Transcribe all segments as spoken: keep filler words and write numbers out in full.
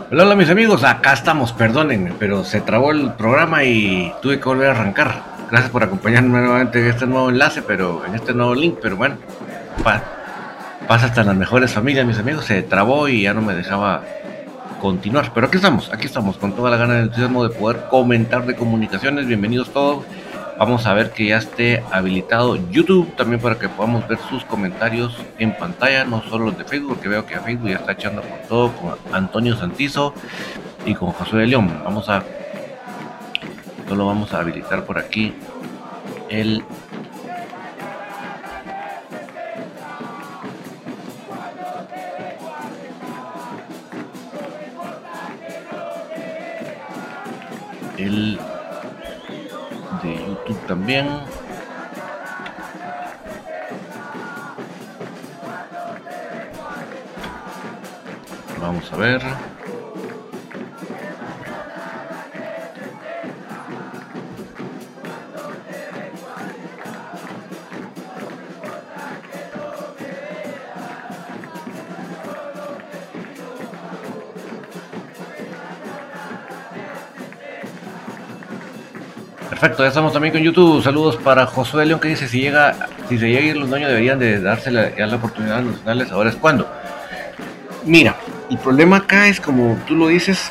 Hola, hola mis amigos, acá estamos, perdónenme, pero se trabó el programa y tuve que volver a arrancar. Gracias por acompañarme nuevamente en este nuevo enlace, pero en este nuevo link, pero bueno, pa pasa hasta en las mejores familias, mis amigos, se trabó y ya no me dejaba continuar. Pero aquí estamos, aquí estamos, con toda la gana y entusiasmo de poder comentar de comunicaciones. Bienvenidos todos. Vamos a ver que ya esté habilitado YouTube también para que podamos ver sus comentarios en pantalla, no solo los de Facebook, que veo que a Facebook ya está echando con todo, con Antonio Santizo y con Josué de León. Vamos a, solo vamos a habilitar por aquí el el de YouTube también. Vamos a ver. Perfecto, ya estamos también con YouTube. Saludos para Josué León que dice si llega, si se llega a ir los dueños deberían de darse la, ya la oportunidad a los nacionales. Ahora es cuando. Mira, el problema acá es como tú lo dices,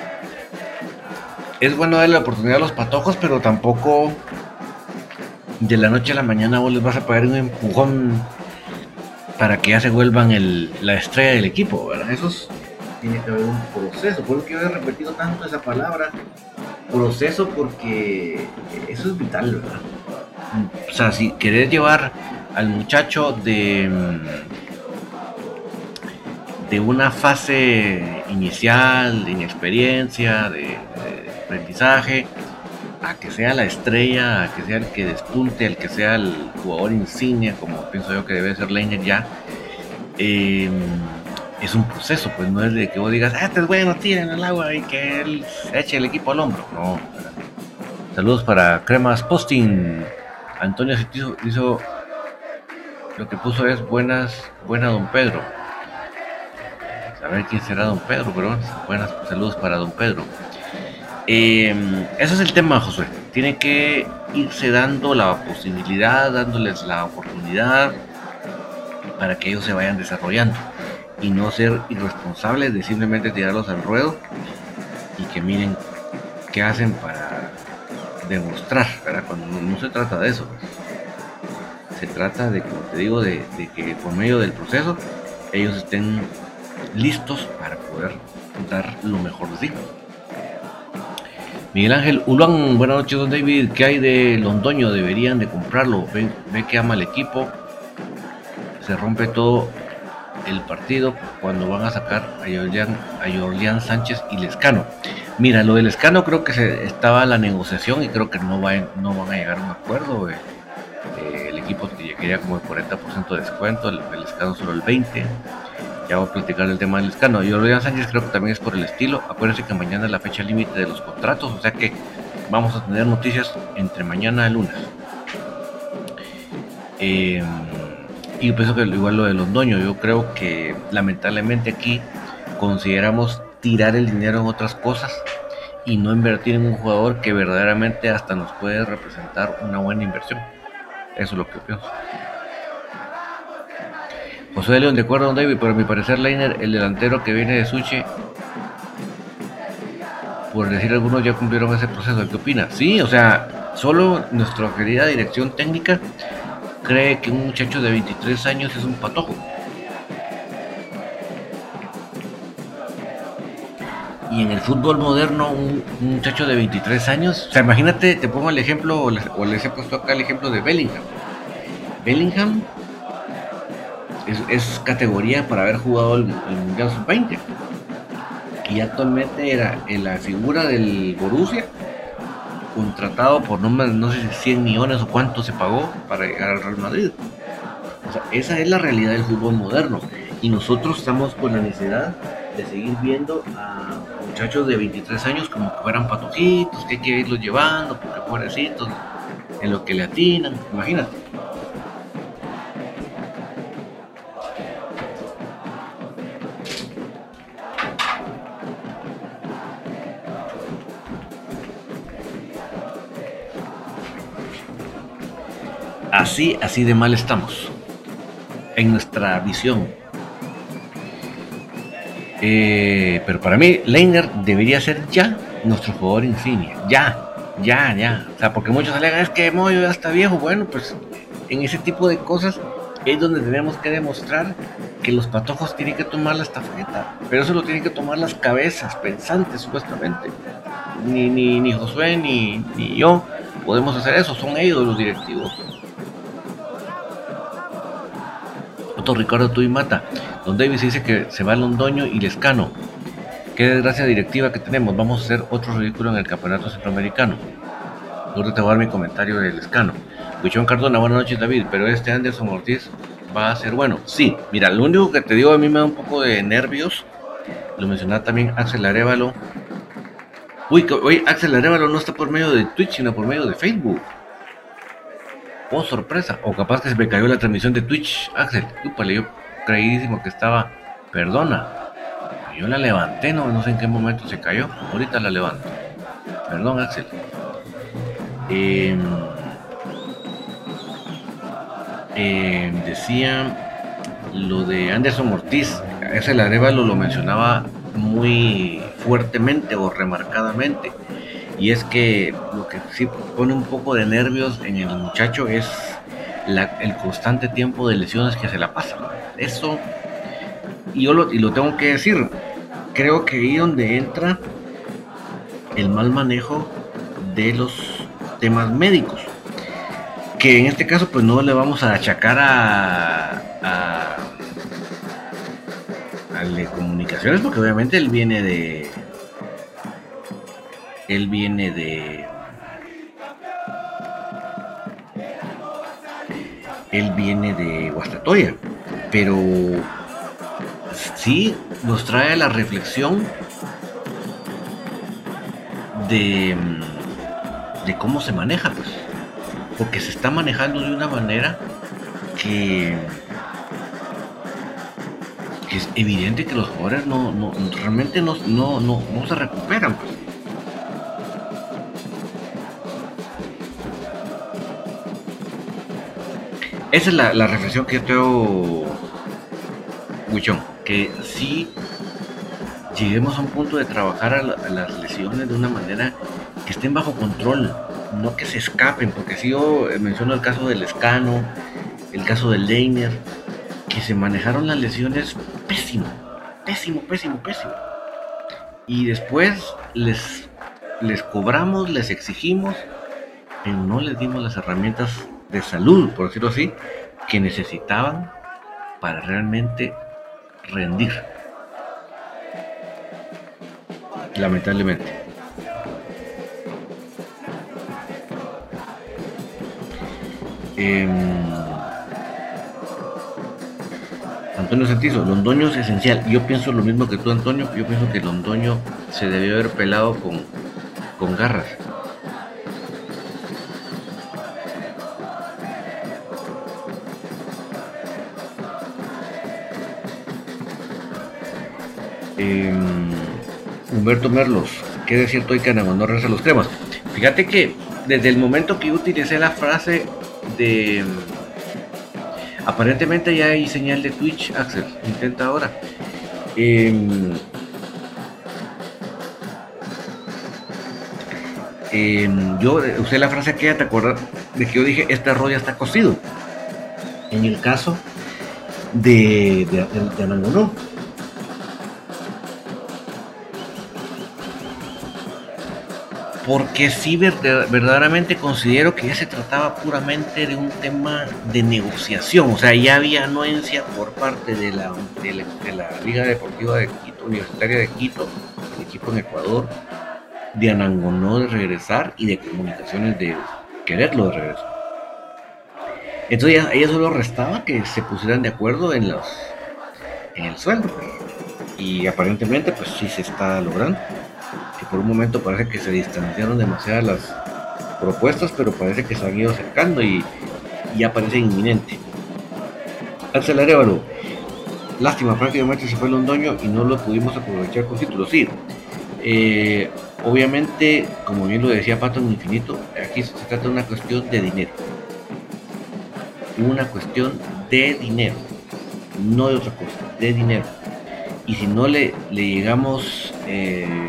es bueno darle la oportunidad a los patojos, pero tampoco de la noche a la mañana vos les vas a pagar un empujón para que ya se vuelvan el, la estrella del equipo, ¿verdad? Eso es, tiene que haber un proceso, por lo que yo he repetido tanto esa palabra, proceso, porque eso es vital, ¿verdad? O sea, si querés llevar al muchacho de, de una fase inicial, de inexperiencia, de, de aprendizaje, a que sea la estrella, a que sea el que despunte, el que sea el jugador insignia, como pienso yo que debe ser Leiner ya, eh, es un proceso, pues no es de que vos digas, ah, este es bueno, tiren al agua y que él eche el equipo al hombro, no. Saludos para Cremas Posting. Antonio hizo, hizo lo que puso es buenas, buena don Pedro. A ver quién será don Pedro, pero buenas saludos para don Pedro. Eh, ese es el tema, Josué. Tiene que irse dando la posibilidad, dándoles la oportunidad para que ellos se vayan desarrollando y no ser irresponsables de simplemente tirarlos al ruedo y que miren qué hacen para demostrar, ¿verdad? Cuando no, no se trata de eso, se trata de, como te digo, de, de que por medio del proceso ellos estén listos para poder dar lo mejor de sí. Miguel Ángel Ulán, buenas noches, don David. ¿Qué hay de Londoño? Deberían de comprarlo. Ve, ve que ama el equipo. Se rompe todo el partido cuando van a sacar a Jorlian, a Jorlian Sánchez y Lescano. Mira, lo de Lescano creo que se estaba la negociación y creo que no, va, no van a llegar a un acuerdo. Eh, eh, el equipo quería como el cuarenta por ciento de descuento, el, el Lescano solo el veinte por ciento. Ya voy a platicar del tema del Lescano. Y Jorlian Sánchez creo que también es por el estilo. Acuérdense que mañana es la fecha límite de los contratos, o sea que vamos a tener noticias entre mañana y lunes. Eh, y pienso que igual lo de Londoño, yo creo que lamentablemente aquí consideramos tirar el dinero en otras cosas y no invertir en un jugador que verdaderamente hasta nos puede representar una buena inversión. Eso es lo que pienso. José de León, de acuerdo, don David, pero a mi parecer Leiner, el delantero que viene de Suche, por decir algunos, ya cumplieron ese proceso. ¿Qué opina? Sí, o sea, solo nuestra querida dirección técnica cree que un muchacho de veintitrés años es un patojo. Y en el fútbol moderno, un, un muchacho de veintitrés años, o sea, imagínate, te pongo el ejemplo, o les, o les he puesto acá el ejemplo de Bellingham. Bellingham es, es categoría para haber jugado el, el Mundial sub veinte. Y actualmente era en la figura del Borussia, contratado por no, no sé si cien millones o cuánto se pagó para llegar al Real Madrid. O sea, esa es la realidad del fútbol moderno. Y nosotros estamos con la necesidad de seguir viendo a muchachos de veintitrés años como que fueran patojitos, que hay que irlos llevando, porque pobrecitos, en lo que le atinan, imagínate. Así, así de mal estamos en nuestra visión. Eh, pero para mí, Leiner debería ser ya nuestro jugador insignia. Ya, ya, ya. O sea, porque muchos alegan, es que Moyo ya está viejo. Bueno, pues en ese tipo de cosas es donde tenemos que demostrar que los patojos tienen que tomar la estafeta. Pero eso lo tienen que tomar las cabezas pensantes, supuestamente. Ni, ni, ni Josué ni, ni yo podemos hacer eso. Son ellos los directivos. Otro Ricardo Tuy mata. Don Davis dice que se va Londoño y Lescano. Qué desgracia directiva que tenemos. Vamos a hacer otro ridículo en el campeonato centroamericano. Luego te voy a dar mi comentario de Lescano. Huichón Cardona, buenas noches David. Pero este Anderson Ortiz va a ser bueno. Sí, mira, lo único que te digo a mí me da un poco de nervios. Lo mencionaba también Axel Arévalo. Uy, hoy Axel Arévalo no está por medio de Twitch, sino por medio de Facebook. Oh, sorpresa. O capaz que se me cayó la transmisión de Twitch, Axel. Úpale, yo creídísimo que estaba. Perdona. Yo la levanté, no, no sé en qué momento se cayó. Ahorita la levanto. Perdón, Axel. Eh, eh, decía lo de Anderson Ortiz. Axel Arévalo lo mencionaba muy fuertemente o remarcadamente. Y es que lo que sí pone un poco de nervios en el muchacho es la, el constante tiempo de lesiones que se la pasa. Eso, y yo lo, y lo tengo que decir, creo que ahí donde entra el mal manejo de los temas médicos. Que en este caso pues no le vamos a achacar a, a, a Telecomunicaciones, porque obviamente él viene de... Él viene de... Él viene de Guastatoya, pero sí nos trae la reflexión de, de cómo se maneja, pues, porque se está manejando de una manera que, que es evidente que los jugadores no, no realmente no, no, no, no se recuperan, pues. Esa es la, la reflexión que yo tengo, Huichón, que sí lleguemos a un punto de trabajar a, la, a las lesiones de una manera que estén bajo control, no que se escapen, porque si yo menciono el caso del Lescano, el caso del Leiner, que se manejaron las lesiones pésimo, pésimo, pésimo, pésimo, y después les, les cobramos, les exigimos, pero no les dimos las herramientas de salud, por decirlo así, que necesitaban para realmente rendir. Lamentablemente. Eh, Antonio Santizo, Londoño es esencial. Yo pienso lo mismo que tú, Antonio. Yo pienso que Londoño se debió haber pelado con, con garras. Eh, Humberto Merlos, ¿qué de cierto hay que Anagonó reza los cremas? Fíjate que desde el momento que yo utilicé la frase de aparentemente ya hay señal de Twitch, Axel, intenta ahora. Eh, eh, yo usé la frase aquella, ¿te acuerdas? De que yo dije, este arroz ya está cocido. En el caso de, de, de, de Anagonó. Porque sí verdaderamente considero que ya se trataba puramente de un tema de negociación, o sea, ya había anuencia por parte de la, de la, de la Liga Deportiva de Quito, Universitaria de Quito, el equipo en Ecuador, de Anangonó de regresar y de Comunicaciones de quererlo de regreso. Entonces a ella solo restaba que se pusieran de acuerdo en, los, en el sueldo, y aparentemente pues sí se está logrando. Que por un momento parece que se distanciaron demasiadas las propuestas, pero parece que se han ido acercando y, y ya parece inminente. Axel Arévalo, lástima, prácticamente se fue Londoño y no lo pudimos aprovechar con títulos. Sí, eh, obviamente, como bien lo decía Pato en Infinito, aquí se trata de una cuestión de dinero. una cuestión de dinero, no de otra cosa, de dinero. Y si no le, le llegamos eh,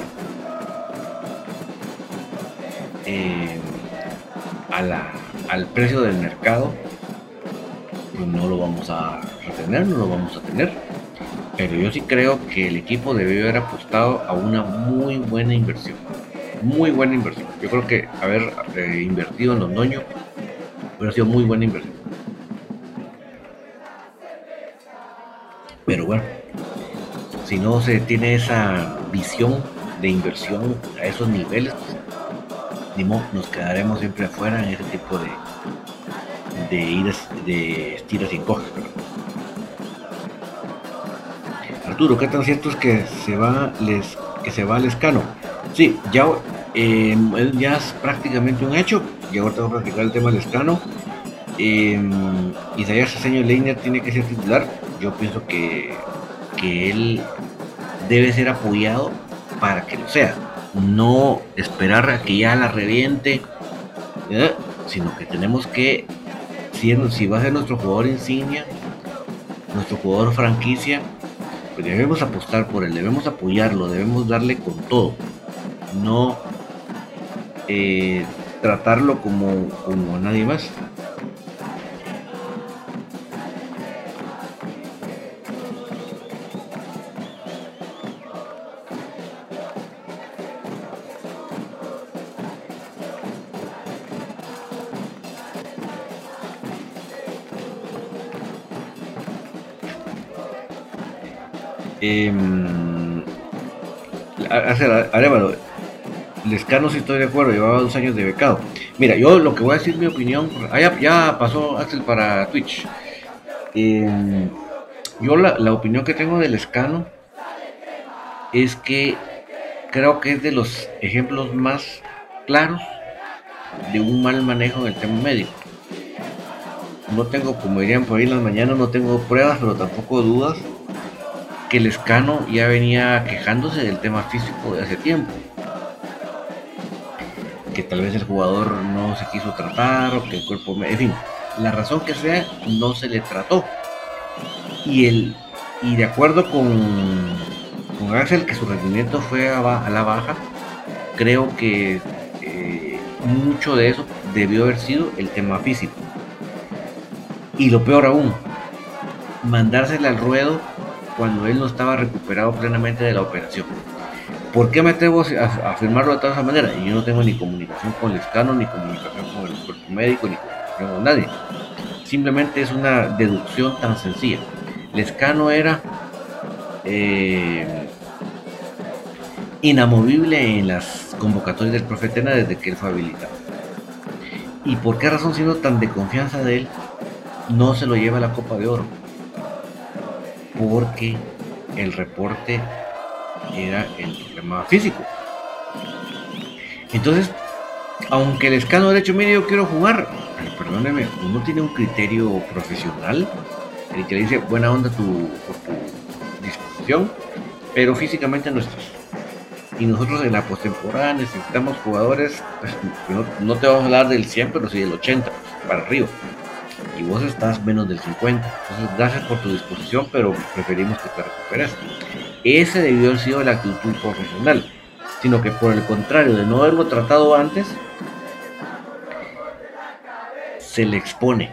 eh, a la, al precio del mercado, pues no lo vamos a retener, no lo vamos a tener. Pero yo sí creo que el equipo debió haber apostado a una muy buena inversión. Muy buena inversión. Yo creo que haber eh, invertido en Londoño hubiera sido muy buena inversión. Pero bueno, si no se tiene esa visión de inversión a esos niveles, pues, ni modo, nos quedaremos siempre afuera en ese tipo de, de idas, de estiras y encoges. Arturo, ¿qué tan cierto es que se va les, que se va al Lescano? Sí, ya, eh, ya es prácticamente un hecho. Y ahorita vamos a platicar el tema del Lescano. Eh, Isaías Ceseño Leiner tiene que ser titular. Yo pienso que, que él debe ser apoyado para que lo sea. No esperar a que ya la reviente, ¿eh? Sino que tenemos que, si, si va a ser nuestro jugador insignia, nuestro jugador franquicia, pues debemos apostar por él, debemos apoyarlo, debemos darle con todo. No eh, tratarlo como, como a nadie más. Eh, Arevalo, Lescano, si estoy de acuerdo, llevaba dos años de becado. Mira, yo lo que voy a decir, mi opinión, ah, ya, ya pasó Axel para Twitch. Eh, yo la, la opinión que tengo de Lescano es que creo que es de los ejemplos más claros de un mal manejo en el tema médico. No tengo, como dirían por ahí en las mañanas, no tengo pruebas, pero tampoco dudas que Lescano ya venía quejándose del tema físico de hace tiempo, que tal vez el jugador no se quiso tratar o que el cuerpo, en fin, la razón que sea, no se le trató. Y el y de acuerdo con, con Axel, que su rendimiento fue a, a la baja, creo que eh, mucho de eso debió haber sido el tema físico. Y lo peor aún, mandársela al ruedo cuando él no estaba recuperado plenamente de la operación. ¿Por qué me atrevo a afirmarlo de esa manera? Y yo no tengo ni comunicación con Lescano, ni comunicación con el cuerpo médico, ni comunicación con nadie. Simplemente es una deducción tan sencilla. Lescano era eh, inamovible en las convocatorias del Profe Tena desde que él fue habilitado. ¿Y por qué razón, siendo tan de confianza de él, no se lo lleva a la Copa de Oro? Porque el reporte era el problema físico. Entonces, aunque el Lescano derecho, mire, yo quiero jugar, pero perdóneme, uno tiene un criterio profesional, el que le dice buena onda tu, por tu disposición, pero físicamente no estás. Y nosotros en la postemporada necesitamos jugadores, pues, no, no te vamos a hablar del cien, pero sí del ochenta, para arriba. Y vos estás menos del cincuenta. Entonces, gracias por tu disposición, pero preferimos que te recuperes. Ese debió haber sido la actitud profesional, sino que por el contrario, de no haberlo tratado antes, se le expone.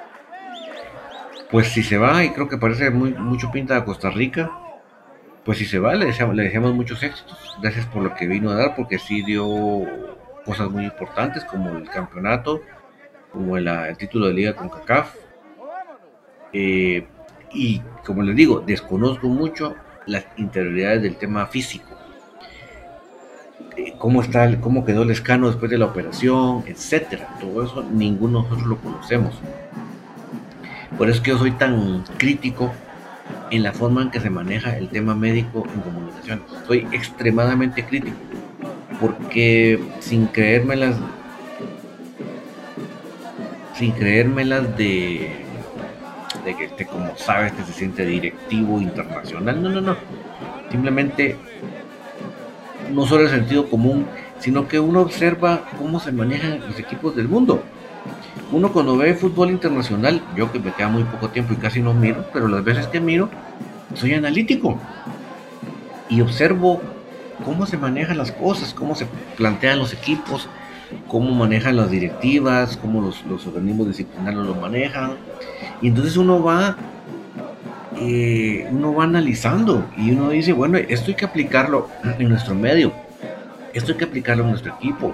Pues si se va, y creo que parece muy, mucho pinta a Costa Rica, pues si se va, le deseamos, le deseamos muchos éxitos. Gracias por lo que vino a dar, porque sí dio cosas muy importantes, como el campeonato, como el, el título de liga con CONCACAF. Eh, y como les digo, desconozco mucho las interioridades del tema físico. Eh, cómo está, cómo quedó Lescano después de la operación, etcétera. Todo eso ninguno de nosotros lo conocemos. Por eso es que yo soy tan crítico en la forma en que se maneja el tema médico en comunicación. Soy extremadamente crítico, porque sin creérmelas, sin creérmelas de, de que este, como sabes, que se siente directivo internacional. No, no, no. Simplemente no solo el sentido común, sino que uno observa cómo se manejan los equipos del mundo. Uno cuando ve fútbol internacional, yo que me queda muy poco tiempo y casi no miro, pero las veces que miro, soy analítico y observo cómo se manejan las cosas, cómo se plantean los equipos, cómo manejan las directivas, cómo los, los organismos disciplinarios lo manejan. Y entonces uno va, eh, uno va analizando y uno dice, bueno, esto hay que aplicarlo en nuestro medio, esto hay que aplicarlo en nuestro equipo.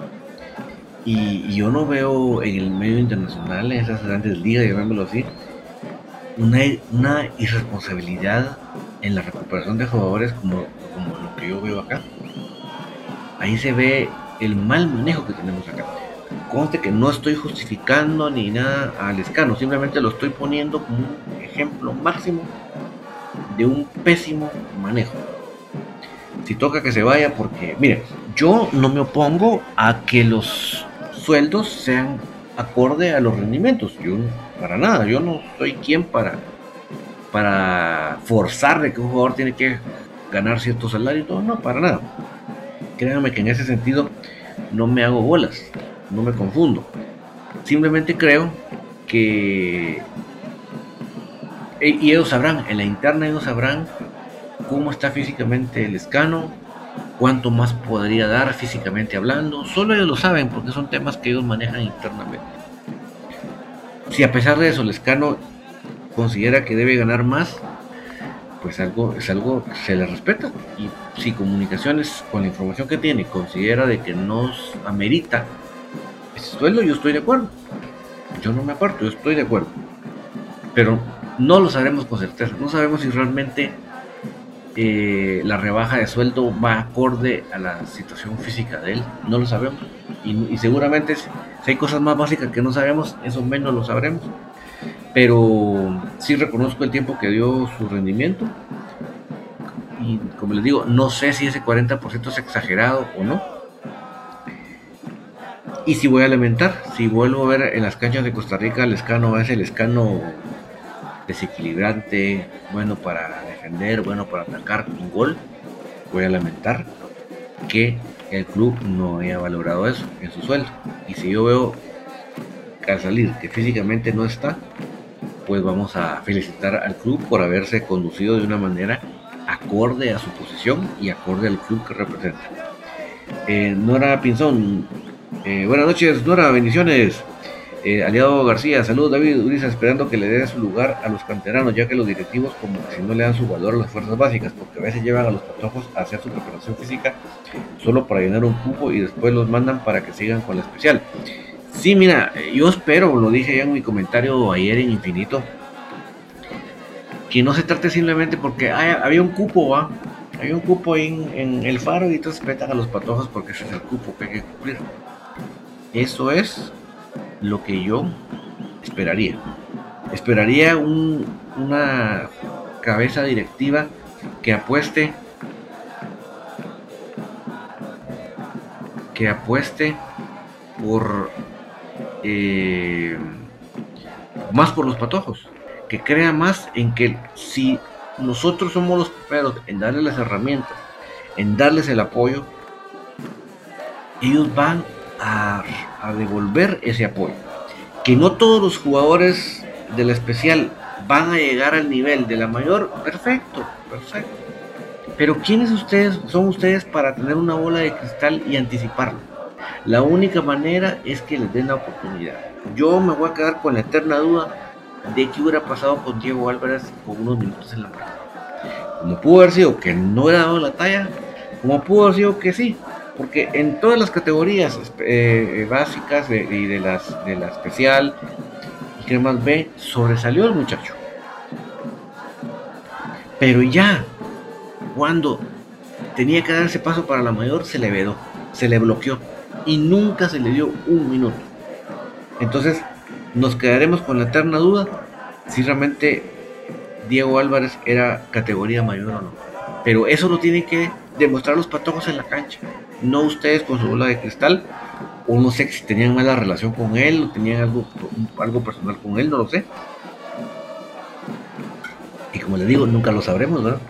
Y, y yo no veo en el medio internacional, en esas grandes ligas, llamémoslo así, una, una irresponsabilidad en la recuperación de jugadores como, como lo que yo veo acá. Ahí se ve el mal manejo que tenemos acá. Conste que no estoy justificando ni nada a Lescano, simplemente lo estoy poniendo como un ejemplo máximo de un pésimo manejo. Si toca que se vaya, porque, mire, yo no me opongo a que los sueldos sean acorde a los rendimientos. Yo, para nada, yo no soy quien para, para forzar de que un jugador tiene que ganar cierto salario y todo, no, para nada. Créanme que en ese sentido no me hago bolas, no me confundo. Simplemente creo que, y ellos sabrán, en la interna ellos sabrán cómo está físicamente el Lescano, cuánto más podría dar físicamente hablando. Solo ellos lo saben porque son temas que ellos manejan internamente. Si a pesar de eso Lescano considera que debe ganar más, pues algo es algo que se le respeta. Y si Comunicaciones, con la información que tiene, considera de que nos amerita ese sueldo, yo estoy de acuerdo. Yo no me aparto, yo estoy de acuerdo. Pero no lo sabremos con certeza. No sabemos si realmente eh, la rebaja de sueldo va acorde a la situación física de él. No lo sabemos. Y, y seguramente si hay cosas más básicas que no sabemos, eso menos lo sabremos. Pero sí reconozco el tiempo que dio su rendimiento. Y como les digo, no sé si ese cuarenta por ciento es exagerado o no. Y si voy a lamentar, si vuelvo a ver en las canchas de Costa Rica, el Lescano es el Lescano desequilibrante, bueno para defender, bueno para atacar un gol, voy a lamentar que el club no haya valorado eso en su sueldo. Y si yo veo al salir que físicamente no está, pues vamos a felicitar al club por haberse conducido de una manera acorde a su posición y acorde al club que representa. eh, Nora Pinzón, eh, buenas noches Nora, bendiciones. eh, Aliado García, saludos David Uriza, esperando que le dé su lugar a los canteranos, ya que los directivos como que si no le dan su valor a las fuerzas básicas, porque a veces llevan a los patojos a hacer su preparación física solo para llenar un cupo y después los mandan para que sigan con la especial. Sí, mira, yo espero, lo dije ya en mi comentario ayer en Infinito, que no se trate simplemente porque hay, había un cupo, ¿va? Había un cupo ahí en, en el Faro y entonces metan a los patojos porque ese es el cupo que hay que cumplir. Eso es lo que yo esperaría. Esperaría un, una cabeza directiva que apueste, que apueste por eh, más por los patojos, que crea más en que si nosotros somos los primeros en darles las herramientas, en darles el apoyo, ellos van a, a devolver ese apoyo. Que no todos los jugadores de la especial van a llegar al nivel de la mayor, perfecto, perfecto. Pero ¿quiénes ustedes son ustedes para tener una bola de cristal y anticiparlo? La única manera es que les den la oportunidad. Yo me voy a quedar con la eterna duda de qué hubiera pasado con Diego Álvarez con unos minutos en la mano. Como pudo haber sido que no hubiera dado la talla, como pudo haber sido que sí, porque en todas las categorías eh, básicas de, de, de, las, de la especial y que más B, sobresalió el muchacho. Pero ya, cuando tenía que dar ese paso para la mayor, se le vedó, se le bloqueó y nunca se le dio un minuto. Entonces nos quedaremos con la eterna duda si realmente Diego Álvarez era categoría mayor o no. Pero eso lo tienen que demostrar los patojos en la cancha, no ustedes con su bola de cristal. O no sé si tenían mala relación con él o tenían algo, algo personal con él, no lo sé. Y como les digo, nunca lo sabremos, ¿verdad?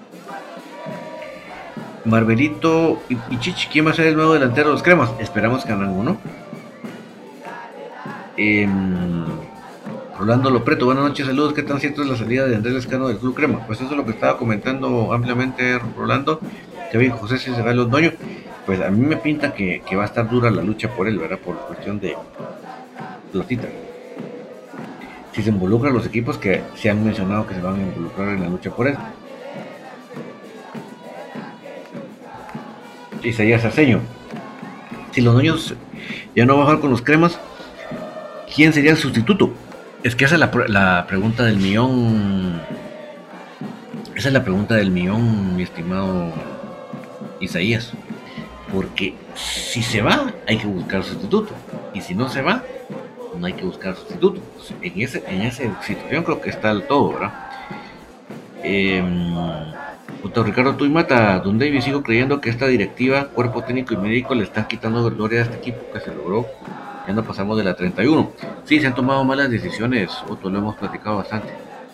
Marvelito y Chichi, ¿quién va a ser el nuevo delantero de los cremas? Esperamos que hagan uno. Em, Rolando Lopreto, buenas noches, saludos. ¿Qué tan cierto es la salida de Andrés Lescano del Club Crema? Pues eso es lo que estaba comentando ampliamente Rolando, que bien José si se va los dueños. Pues a mí me pinta que, que va a estar dura la lucha por él, ¿verdad? Por cuestión de platita. Si se involucran los equipos que se han mencionado que se van a involucrar en la lucha por él. Isaías Aceño, si los dueños ya no bajan con los Cremas, ¿quién sería el sustituto? Es que esa es la, la pregunta del millón. Esa es la pregunta del millón, mi estimado Isaías. Porque si se va, hay que buscar sustituto. Y si no se va, no hay que buscar sustituto. En, ese, en esa situación creo que está el todo, ¿verdad? Eh, Ricardo Tuimata, Don David, sigo creyendo que esta directiva, cuerpo técnico y médico le están quitando gloria a este equipo que se logró. Ya no pasamos de la treinta y uno. Sí, se han tomado malas decisiones, Otto, lo hemos platicado bastante.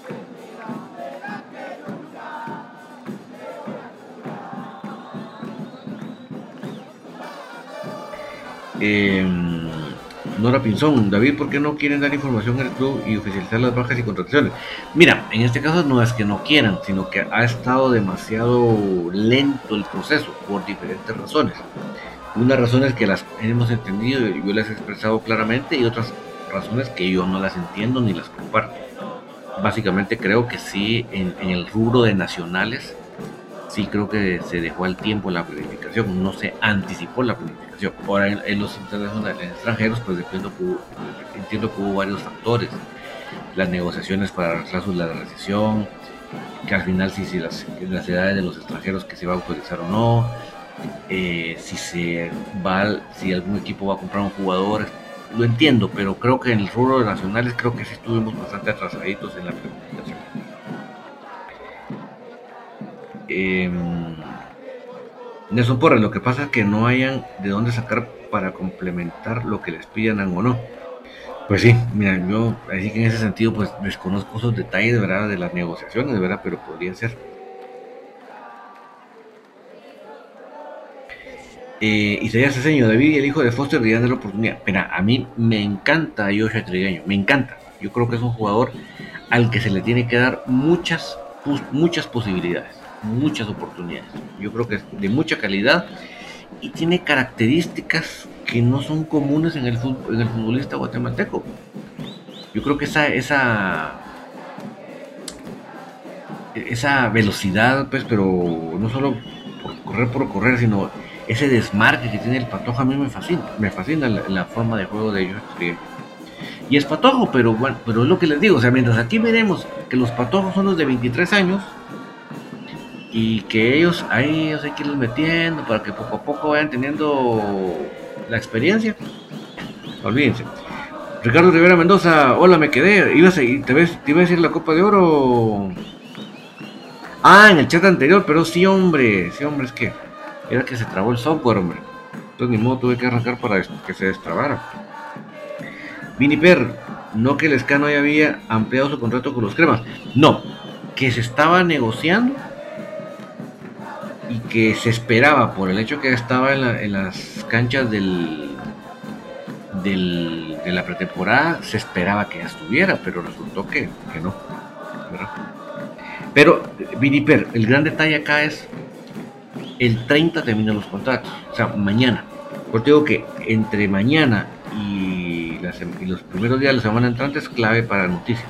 Eh, Nora Pinzón, David, ¿por qué no quieren dar información al club y oficializar las bajas y contrataciones? Mira, en este caso no es que no quieran, sino que ha estado demasiado lento el proceso por diferentes razones. Unas razones que las hemos entendido y yo las he expresado claramente, y otras razones que yo no las entiendo ni las comparto. Básicamente creo que sí, en, en el rubro de nacionales, sí creo que se dejó al tiempo la planificación, no se anticipó la planificación. Ahora en, en los internacionales, en extranjeros, pues entiendo que, hubo, entiendo que hubo varios factores. Las negociaciones para las cláusulas de recesión, que al final sí, sí las, las edades de los extranjeros que se va a autorizar o no, eh, si se va, si algún equipo va a comprar un jugador, lo entiendo, pero creo que en el rubro de nacionales creo que sí estuvimos bastante atrasaditos en la planificación. Eh, Nelson Porras, lo que pasa es que no hayan de dónde sacar para complementar lo que les pidan o no. Pues sí, mira, yo así que en ese sentido pues desconozco esos detalles, ¿verdad? De las negociaciones, ¿verdad? Pero podría ser. Eh, Isaías Ceseño, David y el hijo de Foster deberían dar la oportunidad. Mira, a mí me encanta Joshua Trigueño, me encanta. Yo creo que es un jugador al que se le tiene que dar muchas, muchas posibilidades, muchas oportunidades. Yo creo que es de mucha calidad y tiene características que no son comunes en el, en el futbolista guatemalteco. Yo creo que esa, esa, esa velocidad, pues, pero no solo por correr por correr, sino ese desmarque que tiene el Patojo a mí me fascina, me fascina la, la forma de juego de ellos. Que, y es Patojo, pero bueno, pero es lo que les digo, o sea, mientras aquí veremos que los Patojos son los de veintitrés años y que ellos ahí ellos hay que irlos metiendo para que poco a poco vayan teniendo la experiencia, olvídense. Ricardo Rivera Mendoza, hola, me quedé, ibas a, te, ves, te iba a decir la Copa de Oro. Ah, en el chat anterior, pero sí, hombre, sí, hombre, es que era que se trabó el software, hombre. Entonces ni modo, tuve que arrancar para que se destrabara. Viniper, no que el Lescano ya había ampliado su contrato con los Cremas. No, que se estaba negociando y que se esperaba por el hecho que estaba en, la, en las canchas del, del, de la pretemporada, se esperaba que ya estuviera, pero resultó que, que no, ¿verdad? Pero, Viniper, el gran detalle acá es el treinta terminan los contratos, o sea, mañana. Porque digo que entre mañana y, las, y los primeros días de la semana entrante es clave para la noticia.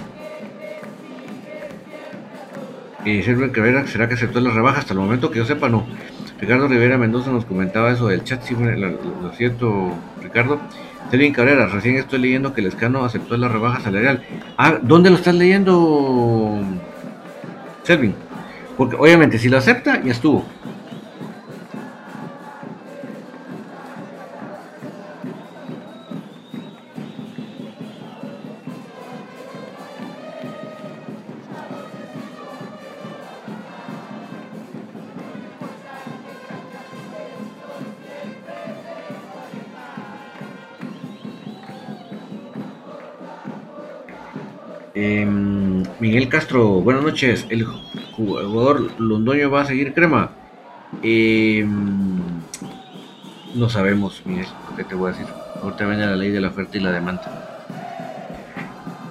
Eh, Sergio Cabrera, ¿será que aceptó las rebajas? Hasta el momento que yo sepa, no. Ricardo Rivera Mendoza nos comentaba eso del chat, sí, lo, lo cierto, Ricardo. Selvin Cabrera, recién estoy leyendo que el Lescano aceptó la rebaja salarial. Ah, ¿dónde lo estás leyendo, Selvin? Porque obviamente si lo acepta, ya estuvo. Eh, Miguel Castro, buenas noches. ¿El jugador Londoño va a seguir Crema? Eh, no sabemos, Miguel, ¿qué te voy a decir? Ahorita viene la ley de la oferta y la demanda.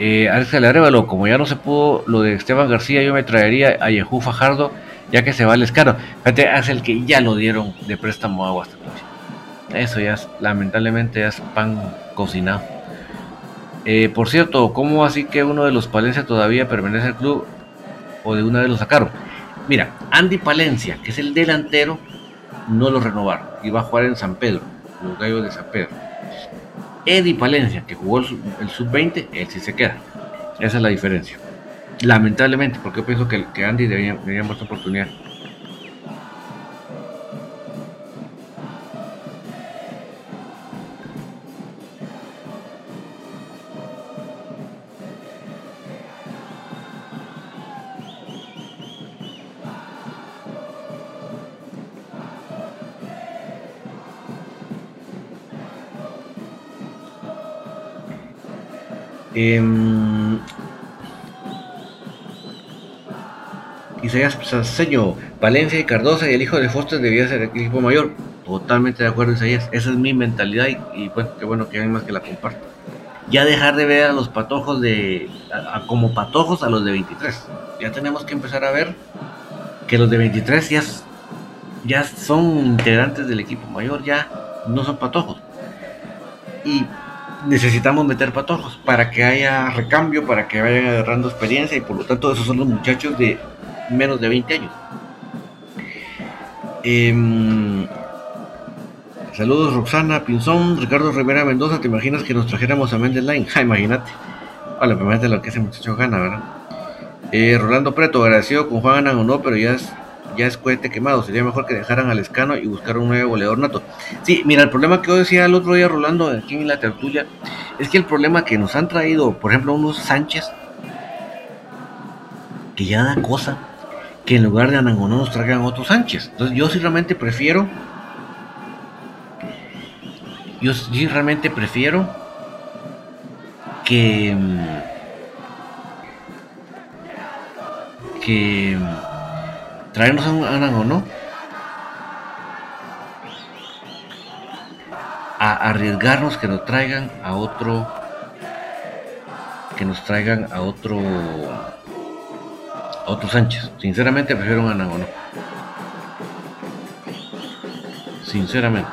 Eh, Alex Arévalo, como ya no se pudo lo de Esteban García, yo me traería a Yehu Fajardo, ya que se va al Lescano. Fíjate, es el que ya lo dieron de préstamo a Guastatoya. Eso ya es, lamentablemente, ya es pan cocinado. Eh, por cierto, ¿cómo así que uno de los Palencia todavía permanece al club o de una vez lo sacaron? Mira, Andy Palencia, que es el delantero, no lo renovaron y va a jugar en San Pedro, los Gallos de San Pedro. Eddie Palencia, que jugó el sub veinte, él sí se queda. Esa es la diferencia. Lamentablemente, porque yo pienso que, que Andy debería, debería más oportunidad. Eh, Isaías Saseño, Valencia y Cardosa y el hijo de Foster debía ser el equipo mayor. Totalmente de acuerdo, Isaías. Esa es mi mentalidad y, y pues qué bueno que hay más que la comparto. Ya dejar de ver a los patojos de a, a como patojos a los de veintitrés. Ya tenemos que empezar a ver que los de veintitrés ya, ya son integrantes del equipo mayor, ya no son patojos. Y necesitamos meter patojos para que haya recambio, para que vayan agarrando experiencia y por lo tanto esos son los muchachos de menos de veinte años. Eh, saludos Roxana Pinzón, Ricardo Rivera Mendoza, ¿te imaginas que nos trajéramos a Mendes Line? Ja, imagínate. Hola, imagínate lo que ese muchacho gana, ¿verdad? Eh, Rolando Preto, agradecido con Juan Anan o no, pero ya es, ya es cohete quemado. Sería mejor que dejaran al Lescano y buscar un nuevo goleador nato. Sí, mira, el problema que yo decía el otro día, Rolando, aquí en la tertulia, es que el problema que nos han traído, por ejemplo, unos Sánchez, que ya da cosa, que en lugar de Anangonó nos traigan otros Sánchez. Entonces yo sí realmente prefiero, yo sí realmente prefiero que que traernos a un Anangonó a arriesgarnos que nos traigan a otro que nos traigan a otro a otro Sánchez. Sinceramente prefiero un Anangonó. Sinceramente.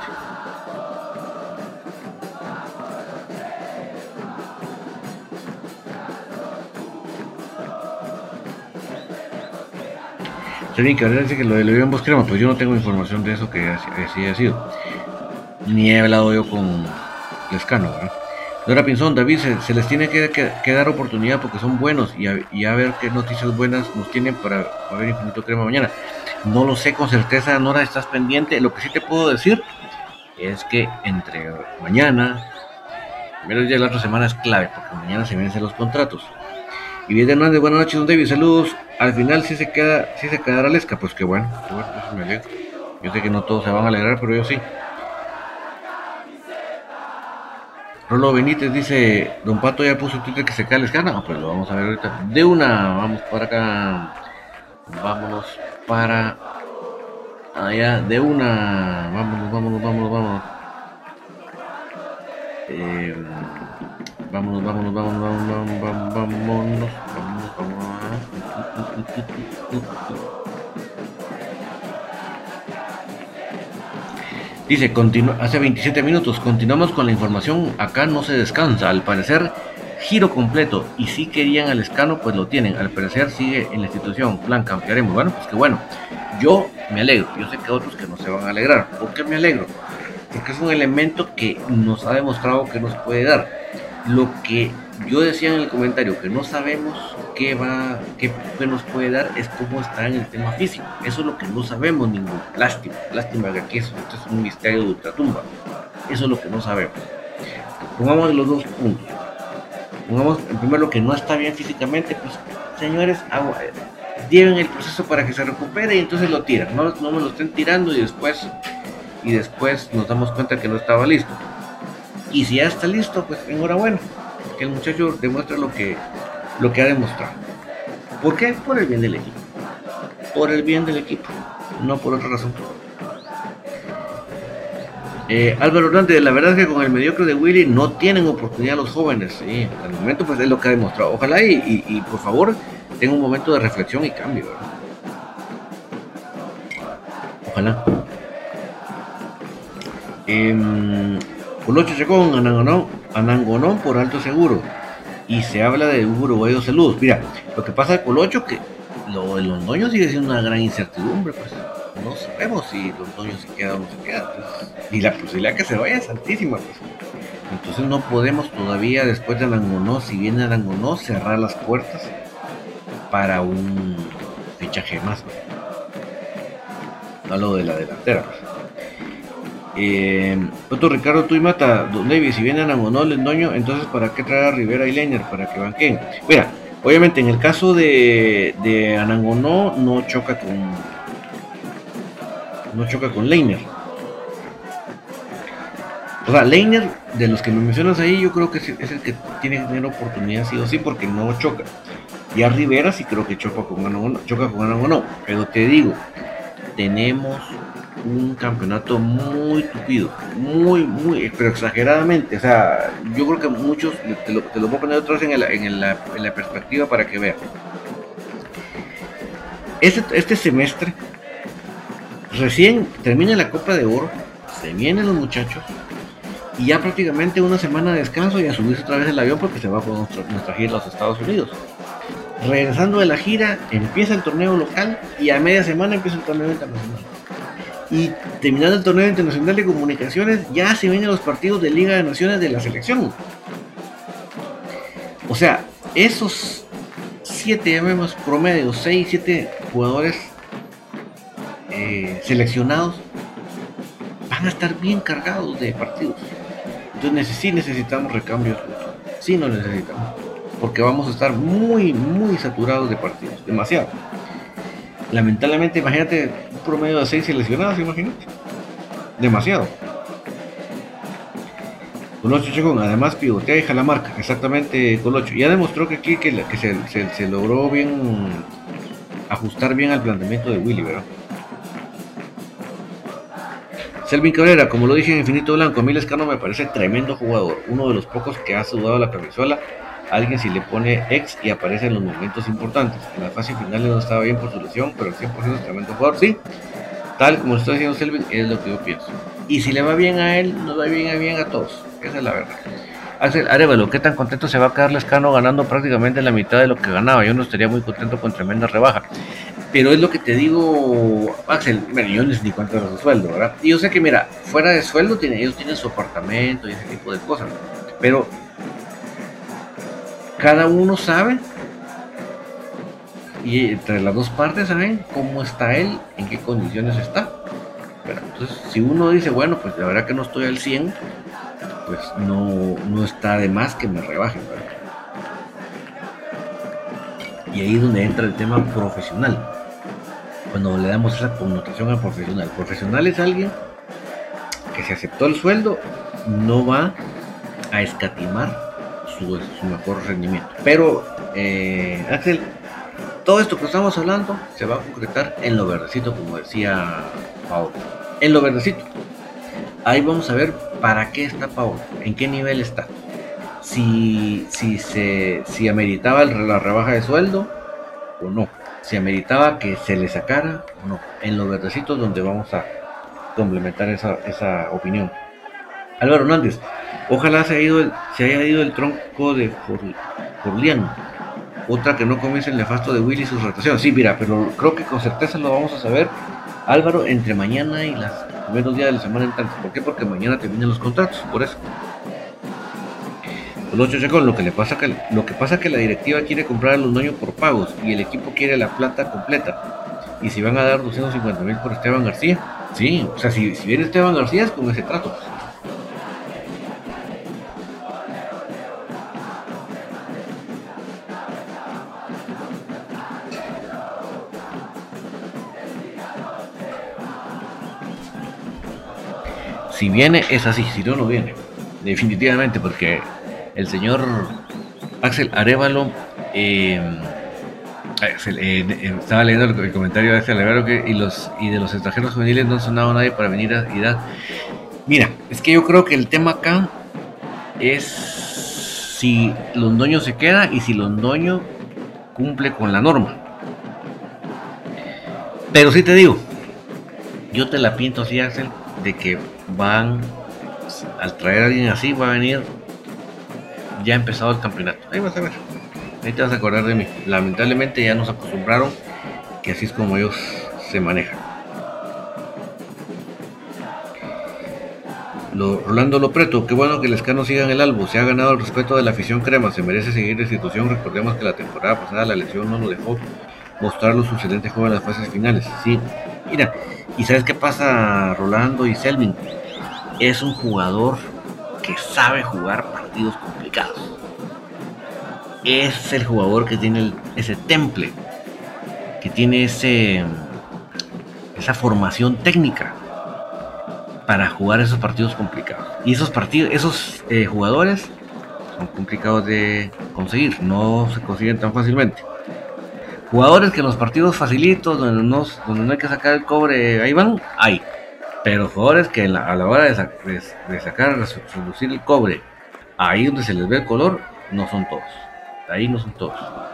Tení que dice que lo de León Bosquerama, pues yo no tengo información de eso, que así, así ha sido. Ni he hablado yo con Lescano, ¿verdad? Dora Pinzón, David, se, se les tiene que, que, que dar oportunidad porque son buenos y a, y a ver qué noticias buenas nos tienen para, para ver Infinito Crema mañana. No lo sé con certeza, Nora, estás pendiente. Lo que sí te puedo decir es que entre mañana, primero día de la otra semana es clave porque mañana se vencen los contratos. Y bien Hernández, buenas noches, don David, saludos. Al final sí se queda, sí se quedará Lesca, pues qué bueno, qué bueno, eso me alegro. Yo sé que no todos se van a alegrar, pero yo sí. Rolo Benítez dice, don Pato ya puso Twitter que se cae Lescano. Ah, pues lo vamos a ver ahorita. De una, vamos para acá. Vámonos para allá, de una. Vámonos, vámonos, vámonos, vámonos. Eh, vámonos, vámonos, vámonos, vámonos, vámonos, vámonos, vámonos, vámonos. Dice, hace veintisiete minutos, continuamos con la información, acá no se descansa, al parecer giro completo, y si querían al Lescano, pues lo tienen, al parecer sigue en la institución, plan, cambiaremos, bueno, pues que bueno, yo me alegro, yo sé que otros que no se van a alegrar. ¿Por qué me alegro? Porque es un elemento que nos ha demostrado que nos puede dar. Lo que yo decía en el comentario, que no sabemos qué va, qué, qué nos puede dar, es cómo está en el tema físico. Eso es lo que no sabemos, ningún lástima. Lástima que aquí esto es un misterio de ultratumba. Eso es lo que no sabemos. Pongamos los dos puntos. Pongamos en primer lo que no está bien físicamente, pues señores, lleven el proceso para que se recupere y entonces lo tiran. No, no me lo estén tirando y después, y después nos damos cuenta que no estaba listo. Y si ya está listo, pues enhorabuena, que el muchacho demuestra lo que, lo que ha demostrado. ¿Por qué? Por el bien del equipo. Por el bien del equipo, no por otra razón. Eh, Álvaro Hernández, la verdad es que con el mediocre de Willy no tienen oportunidad los jóvenes. Sí, al momento pues es lo que ha demostrado. Ojalá y, y, y por favor tenga un momento de reflexión y cambio, ¿verdad? Ojalá. Eh, Colocho Chacón, Anangonón, Anangonón por alto seguro. Y se habla de un uruguayo saludos. Mira, lo que pasa de Colocho que lo de Londoño sigue siendo una gran incertidumbre, pues no sabemos si Londoño se queda o no se queda, pues, y la posibilidad que se vaya es altísima, pues. Entonces no podemos todavía, después de Arangonó, si viene Arangonó, cerrar las puertas para un fichaje más, pues. Hablo de la delantera, pues. Eh, otro Ricardo Tuimata, Don David, si viene Arangonó, Londoño, entonces ¿para qué traer a Rivera y Leiner? Para que banquen. Mira, obviamente en el caso de, de Anangonó no choca con no choca con Leiner. O sea, Leiner, de los que me mencionas ahí, yo creo que es el que tiene que tener oportunidad sí o sí porque no choca. Y a Rivera sí creo que choca con Anangonó, choca con Anangonó. Pero te digo, tenemos un campeonato muy tupido, muy, muy, pero exageradamente. O sea, yo creo que muchos, te lo, te lo voy a poner otra vez en, el, en, el, en la perspectiva para que vean. Este, este semestre, recién termina la Copa de Oro, se vienen los muchachos y ya prácticamente una semana de descanso y a subirse otra vez el avión porque se va con nuestra, nuestra gira a los Estados Unidos. Regresando de la gira, empieza el torneo local y a media semana empieza el torneo internacional. Y terminando el torneo internacional de comunicaciones, ya se vienen los partidos de Liga de Naciones de la selección. O sea, esos siete, llamemos promedio, seis, siete jugadores eh, seleccionados van a estar bien cargados de partidos. Entonces sí necesitamos recambios, sí no necesitamos, porque vamos a estar muy, muy saturados de partidos, demasiado. Lamentablemente, imagínate un promedio de seis seleccionados, imagínate. Demasiado. Colocho Chacón, además pivotea y jala marca, exactamente Colocho. Ya demostró que aquí que, que se, se, se logró bien ajustar bien al planteamiento de Willy, ¿verdad? Selvin Cabrera, como lo dije en Infinito Blanco, a mí Lescano me parece tremendo jugador, uno de los pocos que ha sudado la camisola. Alguien si le pone ex y aparece en los momentos importantes. En la fase final no estaba bien por su lesión, pero el cien por ciento es tremendo jugador, sí. Tal como lo está diciendo Selvin, es lo que yo pienso. Y si le va bien a él, nos va bien a bien a todos. Esa es la verdad. Axel Arevalo, ¿qué tan contento se va a quedar Lescano ganando prácticamente la mitad de lo que ganaba? Yo no estaría muy contento con tremenda rebaja. Pero es lo que te digo, Axel, bueno, yo no sé ni cuánto era su sueldo, ¿verdad? Y yo sé que, mira, fuera de sueldo, tiene, ellos tienen su apartamento y ese tipo de cosas. Pero cada uno sabe, y entre las dos partes saben cómo está él, en qué condiciones está. Pero entonces, si uno dice, bueno, pues la verdad que no estoy al cien, pues no, no está de más que me rebajen, ¿verdad? Y ahí es donde entra el tema profesional. Cuando le damos esa connotación al profesional. Profesional es alguien que si aceptó el sueldo, no va a escatimar su, su mejor rendimiento. Pero, eh, Axel, todo esto que estamos hablando se va a concretar en lo verdecito, como decía Paolo. En lo verdecito. Ahí vamos a ver para qué está Paolo, en qué nivel está. Si, si, se, si ameritaba la rebaja de sueldo o no. Si ameritaba que se le sacara o no. En lo verdecito donde vamos a complementar esa, esa opinión. Álvaro Hernández, ojalá se haya ido el, se haya ido el tronco de Forlián. Otra que no comience el nefasto de Willy y sus rotaciones. Sí, mira, pero creo que con certeza lo vamos a saber, Álvaro, entre mañana y los primeros días de la semana entrante. ¿Por qué? Porque mañana terminan los contratos, por eso. Los Chacón, lo que le pasa que lo que pasa que la directiva quiere comprar a Londoño por pagos y el equipo quiere la plata completa. Y si van a dar doscientos cincuenta mil por Esteban García, sí, o sea, si, si viene Esteban García es con ese trato. Si viene es así, si no, no viene. Definitivamente, porque el señor Axel Arevalo, eh, Axel, eh, eh, estaba leyendo el, el comentario de Axel Arevalo que y, los, y de los extranjeros juveniles no han sonado nadie para venir a y dar. Mira, es que yo creo que el tema acá es si Londoño se queda y si Londoño cumple con la norma. Pero sí te digo, yo te la pinto así, Axel, de que van, al traer a alguien así, va a venir ya empezado el campeonato. Ahí vas a ver, ahí te vas a acordar de mí. Lamentablemente ya nos acostumbraron que así es como ellos se manejan. Lo, Rolando Lopreto, qué bueno que el Lescano siga en el Albo, se ha ganado el respeto de la afición crema, se merece seguir de institución. Recordemos que la temporada pasada la lesión no lo dejó mostrar los excelentes juegos en las fases finales. Sí, mira, y ¿sabes qué pasa, Rolando y Selvin? Es un jugador que sabe jugar partidos complicados. Es el jugador que tiene el, ese temple, que tiene ese esa formación técnica para jugar esos partidos complicados. Y esos partidos, esos eh, jugadores son complicados de conseguir, no se consiguen tan fácilmente. Jugadores que en los partidos facilitos, donde no, donde no hay que sacar el cobre, ahí van, hay. Pero jugadores que la, a la hora de, sac, de, de sacar, reducir el cobre, ahí donde se les ve el color, no son todos. Ahí no son todos.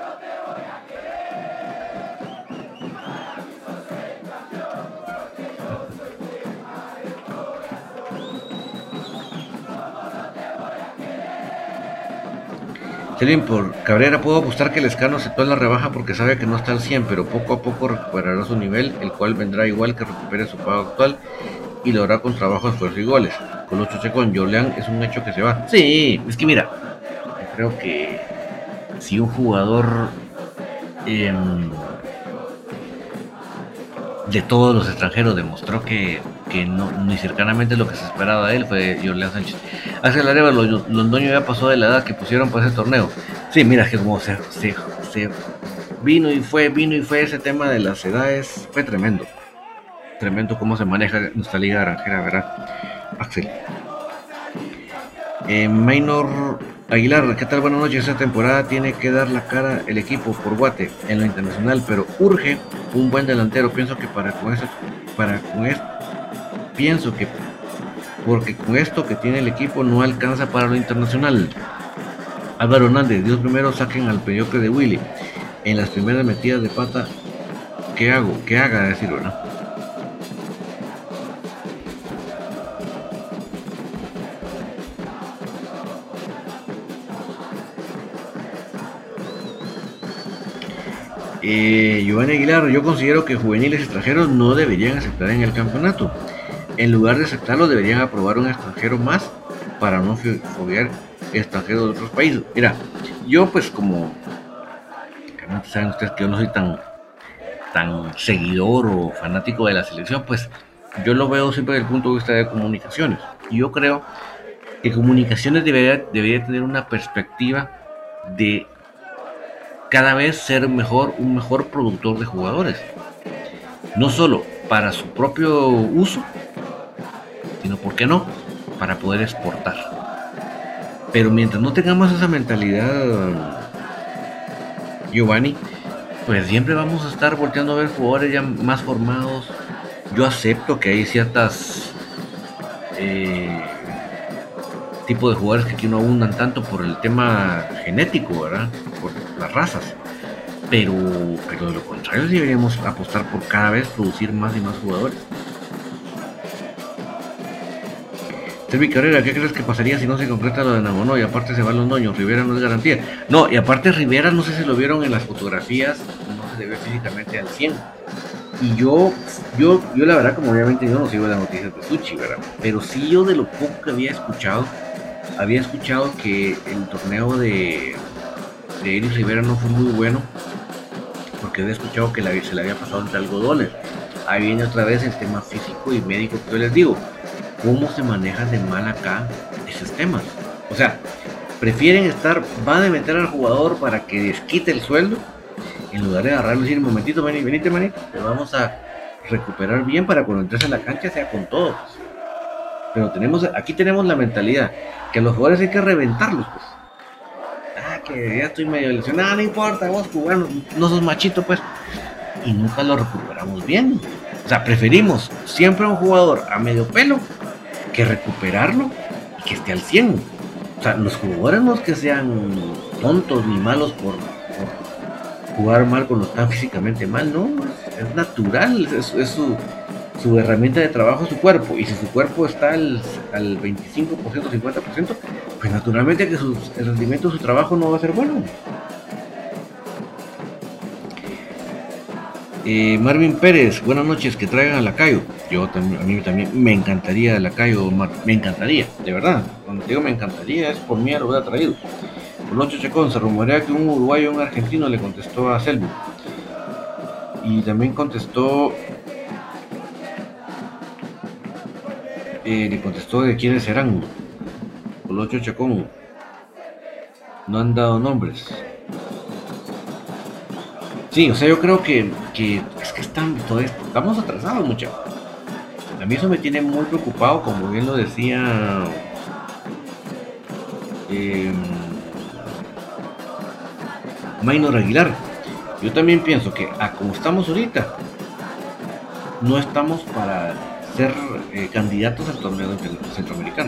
Selvin, por Cabrera, puedo apostar que el Lescano aceptó la rebaja porque sabe que no está al cien, pero poco a poco recuperará su nivel, el cual vendrá igual que recupere su pago actual y lo hará con trabajo, esfuerzo y goles. Con Lucho Checo en Jorleán es un hecho que se va. Sí, es que mira, yo creo que si un jugador eh, de todos los extranjeros demostró que, que no, ni cercanamente lo que se esperaba de él, fue Jorleán Sánchez. Axel Arevalo, Londoño ya pasó de la edad que pusieron para ese torneo. Sí, mira que como se, se, se vino y fue, vino y fue ese tema de las edades, fue tremendo. Tremendo cómo se maneja nuestra liga granjera, ¿verdad, Axel? Eh, Maynor Aguilar, ¿qué tal? Buenas noches. Esta temporada tiene que dar la cara el equipo por Guate en lo internacional, pero urge un buen delantero. Pienso que para con eso, para con esto, pienso que porque con esto que tiene el equipo no alcanza para lo internacional. Álvaro Hernández, Dios primero saquen al mediocre de Willy en las primeras metidas de pata. ¿Qué hago? ¿Qué haga? Decir, ¿verdad? Eh, Giovanni Aguilar, yo considero que juveniles extranjeros no deberían aceptar en el campeonato. En lugar de aceptarlo, deberían aprobar un extranjero más para no foguear extranjeros de otros países. Mira, yo pues como saben ustedes que yo no soy tan tan seguidor o fanático de la selección, pues yo lo veo siempre desde el punto de vista de comunicaciones. Y yo creo que comunicaciones debería, debería tener una perspectiva de cada vez ser mejor, un mejor productor de jugadores. No solo para su propio uso, sino, ¿por qué no?, para poder exportar. Pero mientras no tengamos esa mentalidad, Giovanni, pues siempre vamos a estar volteando a ver jugadores ya más formados. Yo acepto que hay ciertas eh, tipos de jugadores que aquí no abundan tanto por el tema genético, ¿verdad?, por las razas. Pero, pero de lo contrario, deberíamos apostar por cada vez producir más y más jugadores. Selvi Carrera, ¿qué crees que pasaría si no se concreta lo de Namono? Y aparte se van los Londoño, Rivera no es garantía. No, y aparte Rivera, no sé si lo vieron en las fotografías, no se le ve físicamente al cien. Y yo, yo, yo la verdad, como obviamente yo no sigo las noticias de Suchi, ¿verdad? Pero sí, yo de lo poco que había escuchado, había escuchado que el torneo de, de Iris Rivera no fue muy bueno, porque había escuchado que la, se le había pasado entre algodones. Ahí viene otra vez el tema físico y médico que yo les digo. ¿Cómo se manejan de mal acá esos temas? O sea, prefieren estar, van a meter al jugador para que desquite el sueldo, en lugar de agarrarlo y decir, un momentito, vení, venite, manito, te vamos a recuperar bien para cuando entres a la cancha sea con todos. Pero tenemos, aquí tenemos la mentalidad que a los jugadores hay que reventarlos, pues. Ah, que ya estoy medio lesionado, no importa, vos jugando, no sos machito, pues. Y nunca lo recuperamos bien. O sea, preferimos siempre a un jugador a medio pelo que recuperarlo y que esté al cien. O sea, los jugadores no es que sean tontos ni malos por, por jugar mal cuando están físicamente mal, no, es, es natural, es, es su, su herramienta de trabajo, su cuerpo, y si su cuerpo está al, al veinticinco por ciento, cincuenta por ciento, pues naturalmente que su, el rendimiento de su trabajo no va a ser bueno. Eh, Marvin Pérez, buenas noches, que traigan a Lacayo. Yo también, a mí también me encantaría Lacayo, Mar, me encantaría, de verdad. Cuando digo me encantaría es por mí lo hubiera traído. Colocho Chacón, se rumorea que un uruguayo y un argentino le contestó a Selvi. Y también contestó, eh, le contestó de quiénes serán. Colocho Chacón, no han dado nombres. Sí, o sea, yo creo que, que es que están, todo esto, estamos atrasados mucho. A mí eso me tiene muy preocupado, como bien lo decía eh, Maynor Aguilar. Yo también pienso que a como estamos ahorita, no estamos para ser eh, candidatos al torneo centroamericano.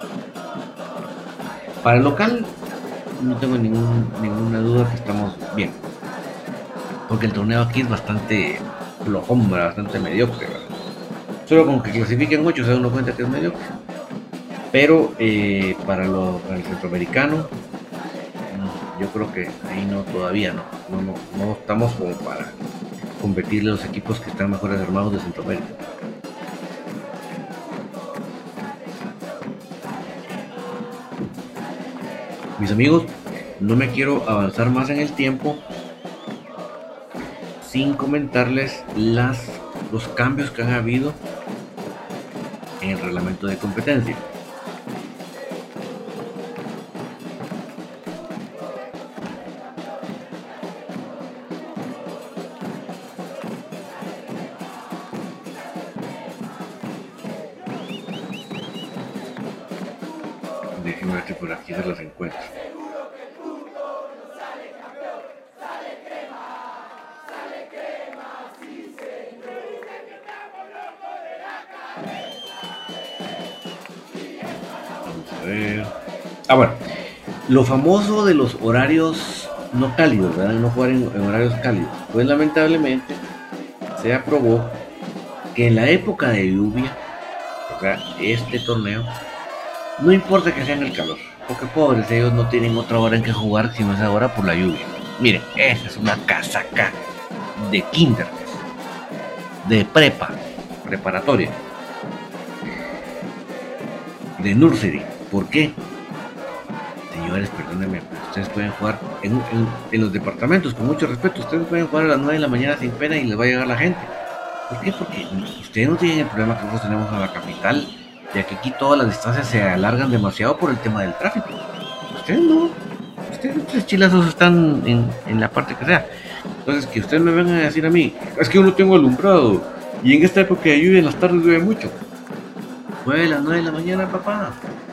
Para el local, no tengo ningún, ninguna duda que estamos bien. Porque el torneo aquí es bastante flojón, bastante mediocre, ¿verdad? Solo con que clasifiquen ocho se da uno cuenta que es mediocre. Pero eh, para, lo, para el centroamericano, no, yo creo que ahí no, todavía no. No, no, no estamos como para competirle a los equipos que están mejores armados de Centroamérica. Mis amigos, no me quiero avanzar más en el tiempo sin comentarles las, los cambios que han habido en el reglamento de competencia. Déjenme ver si por aquí se los encuentro. A ver. Ah, bueno. Lo famoso de los horarios no cálidos, ¿verdad? No jugar en, en horarios cálidos. Pues lamentablemente se aprobó que en la época de lluvia, o sea, este torneo, no importa que sea en el calor, porque pobres, ellos no tienen otra hora en que jugar sino esa hora por la lluvia. Miren, esa es una casaca de kinder, de prepa, preparatoria, de nursery. ¿Por qué? Señores, perdónenme, pero ustedes pueden jugar en, en, en los departamentos, con mucho respeto, ustedes pueden jugar a las nueve de la mañana sin pena y les va a llegar la gente. ¿Por qué? Porque ustedes no tienen el problema que nosotros tenemos en la capital, ya que aquí todas las distancias se alargan demasiado por el tema del tráfico. Ustedes no, ustedes tres chilazos están en, en la parte que sea. Entonces, que ustedes me vengan a decir a mí, es que yo no tengo alumbrado, y en esta época de lluvia en las tardes llueve mucho. Juegue a las nueve de la mañana, papá.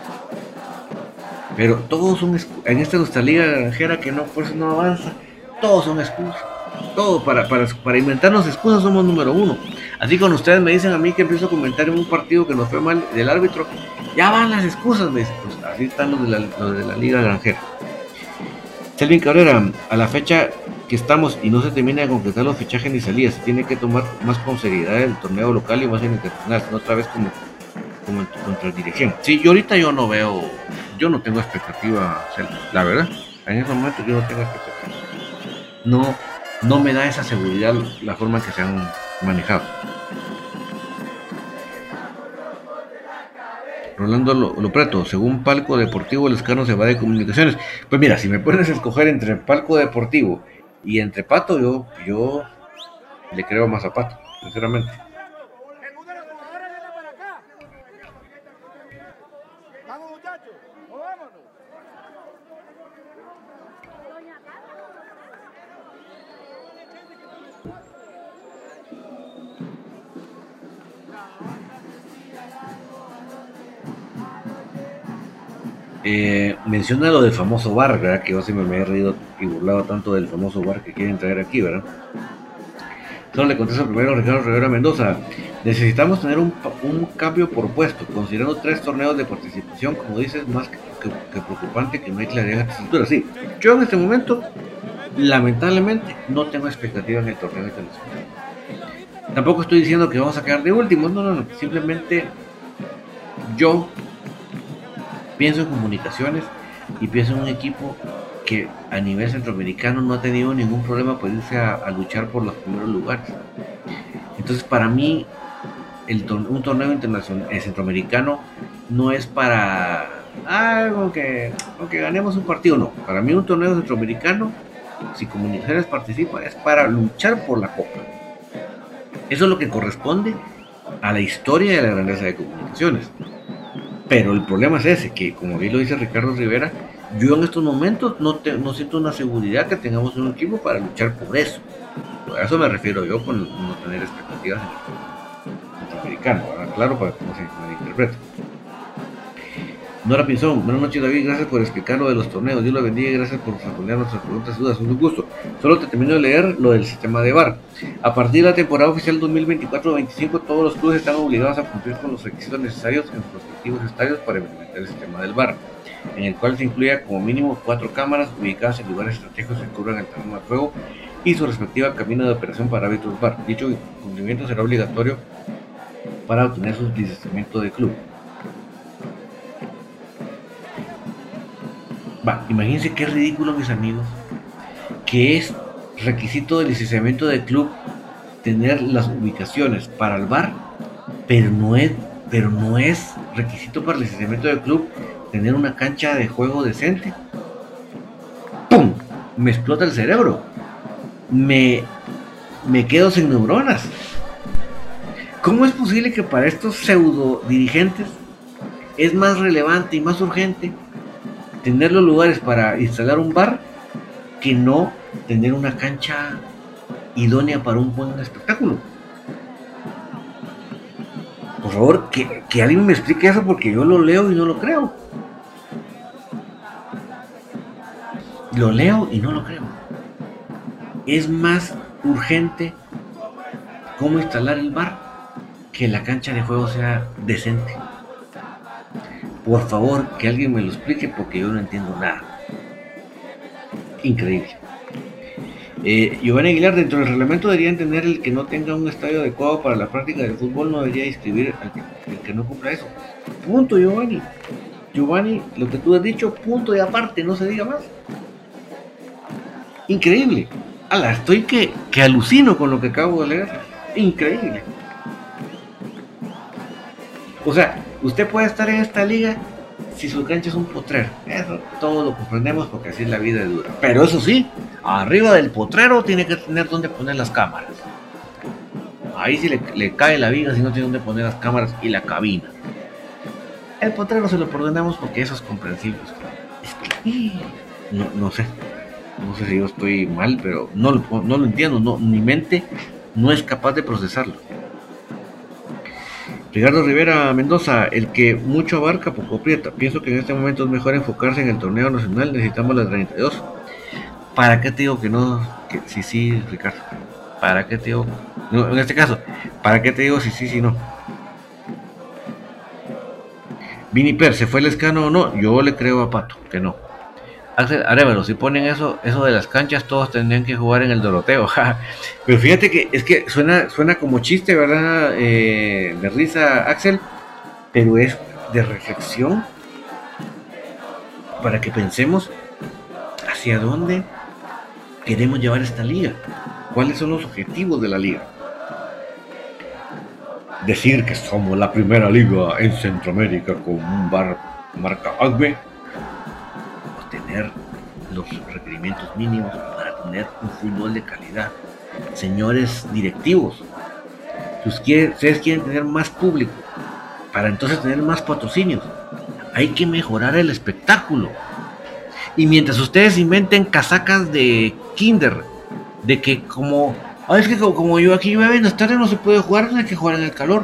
Pero todos son, en esta nuestra liga granjera que no, por eso no avanza, todos son excusas. Todo para, para, para inventarnos excusas somos número uno. Así cuando ustedes me dicen a mí que empiezo a comentar en un partido que nos fue mal del árbitro, ya van las excusas, me dicen. Pues así están los de la, los de la liga granjera. Selvin Cabrera, a la fecha que estamos y no se termina de concretar los fichajes ni salidas, se tiene que tomar más con seriedad el torneo local y más en internacional, sino otra vez como, como en contradirección. Sí, yo ahorita yo no veo, yo no tengo expectativa, la verdad, en ese momento yo no tengo expectativa. No, no me da esa seguridad la forma en que se han manejado. Rolando Lopreto, según Palco Deportivo, el Lescano se va de comunicaciones. Pues mira, si me pones a escoger entre Palco Deportivo y entre Pato, yo, yo le creo más a Pato, sinceramente. Eh, menciona lo del famoso bar, ¿verdad? Que yo siempre me he reído y burlado tanto del famoso bar que quieren traer aquí, ¿verdad? Solo le contesto primero a Ricardo Rivera Mendoza. Necesitamos tener un, un cambio propuesto, considerando tres torneos de participación, como dices, más que, que, que preocupante que no hay claridad en esta estructura. Sí, yo en este momento, lamentablemente, no tengo expectativas en el torneo internacional. Tampoco estoy diciendo que vamos a quedar de últimos, no, no, no, simplemente yo pienso en comunicaciones y pienso en un equipo que a nivel centroamericano no ha tenido ningún problema por irse a, a luchar por los primeros lugares. Entonces, para mí, el tor un torneo internacional eh, centroamericano no es para algo que, que ganemos un partido, no. Para mí un torneo centroamericano, si Comunicaciones participa, es para luchar por la copa. Eso es lo que corresponde a la historia y a la grandeza de Comunicaciones. Pero el problema es ese, que como bien lo dice Ricardo Rivera, yo en estos momentos no, te, no siento una seguridad que tengamos un equipo para luchar por eso. A eso me refiero yo con no tener expectativas en el centroamericano, ¿verdad? Claro, para que no se malinterprete. Nora Pinzón, buenas noches David, gracias por explicar lo de los torneos, Dios lo bendiga y gracias por responder nuestras preguntas y dudas, un gusto. Solo te termino de leer lo del sistema de V A R. A partir de la temporada oficial dos mil veinticuatro veinticinco, todos los clubes están obligados a cumplir con los requisitos necesarios en sus respectivos estadios para implementar el sistema del V A R, en el cual se incluye como mínimo cuatro cámaras ubicadas en lugares estratégicos que cubran el terreno de juego y su respectiva cabina de operación para árbitros V A R. Dicho cumplimiento será obligatorio para obtener su licenciamiento de club. Va, imagínense qué ridículo, mis amigos, que es requisito de licenciamiento de club tener las ubicaciones para el V A R, pero no es, pero no es requisito para el licenciamiento de club tener una cancha de juego decente. ¡Pum! Me explota el cerebro. Me, me quedo sin neuronas. ¿Cómo es posible que para estos pseudo dirigentes es más relevante y más urgente tener los lugares para instalar un V A R que no tener una cancha idónea para un buen espectáculo? Por favor, que, que alguien me explique eso, porque yo lo leo y no lo creo. Lo leo y no lo creo. Es más urgente cómo instalar el V A R que la cancha de juego sea decente. Por favor, que alguien me lo explique, porque yo no entiendo nada. Increíble. Eh, Giovanni Aguilar, dentro del reglamento deberían tener el que no tenga un estadio adecuado para la práctica del fútbol, no debería inscribir al que, el que no cumpla eso. Punto, Giovanni. Giovanni, lo que tú has dicho, punto y aparte, no se diga más. Increíble. Ala, estoy que, que alucino con lo que acabo de leer. Increíble. O sea, usted puede estar en esta liga si su cancha es un potrero. Eso todos lo comprendemos, porque así es la vida de dura. Pero eso sí, arriba del potrero tiene que tener donde poner las cámaras. Ahí sí le, le cae la viga si no tiene donde poner las cámaras y la cabina. El potrero se lo perdonamos porque eso es comprensible. Es que, no, no sé. No sé si yo estoy mal, pero no lo, no lo entiendo. No, mi mente no es capaz de procesarlo. Ricardo Rivera Mendoza, el que mucho abarca, poco aprieta. Pienso que en este momento es mejor enfocarse en el torneo nacional. Necesitamos las treinta y dos. ¿Para qué te digo que no? Que sí, sí, Ricardo. ¿Para qué te digo? No, en este caso, ¿para qué te digo si sí, si no? Vini Per, ¿se fue el Escano o no? Yo le creo a Pato que no. Axel Arevalo, si ponen eso, eso de las canchas, todos tendrían que jugar en el Doroteo. Pero fíjate que es que suena, suena como chiste, ¿verdad? Eh, de risa, Axel, pero es de reflexión para que pensemos hacia dónde queremos llevar esta liga, cuáles son los objetivos de la liga. Decir que somos la primera liga en Centroamérica con un bar marca A C B, tener los requerimientos mínimos para tener un fútbol de calidad. Señores directivos, si ustedes quieren tener más público para entonces tener más patrocinios, hay que mejorar el espectáculo. Y mientras ustedes inventen casacas de kinder, de que como, ah, es que como, como yo aquí llueve en las tardes no se puede jugar, no hay que jugar en el calor.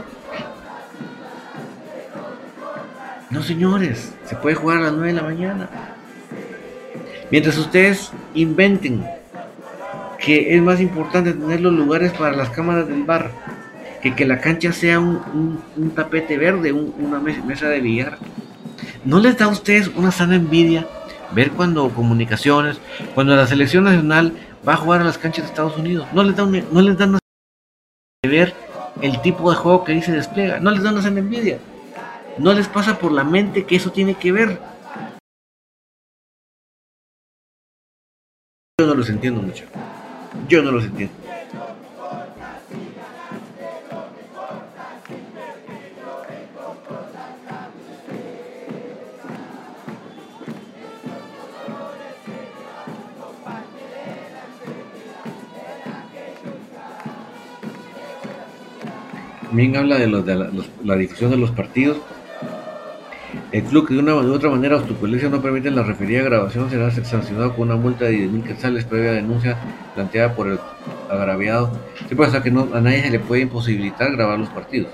No, señores, se puede jugar a las nueve de la mañana. Mientras ustedes inventen que es más importante tener los lugares para las cámaras del V A R, que, que la cancha sea un, un, un tapete verde, un, una mesa de billar. ¿No les da a ustedes una sana envidia ver cuando comunicaciones, cuando la selección nacional va a jugar a las canchas de Estados Unidos? No les da una, no les da una de ver el tipo de juego que ahí se despliega, no les da una sana envidia, no les pasa por la mente que eso tiene que ver. Yo no los entiendo mucho, yo no los entiendo. También habla de, los, de la, los, la difusión de los partidos. El club que de una u otra manera obstaculiza no permite la referida grabación será sancionado con una multa de diez mil quetzales previa denuncia planteada por el agraviado. Sí, pues, o sea que no, a nadie se le puede imposibilitar grabar los partidos.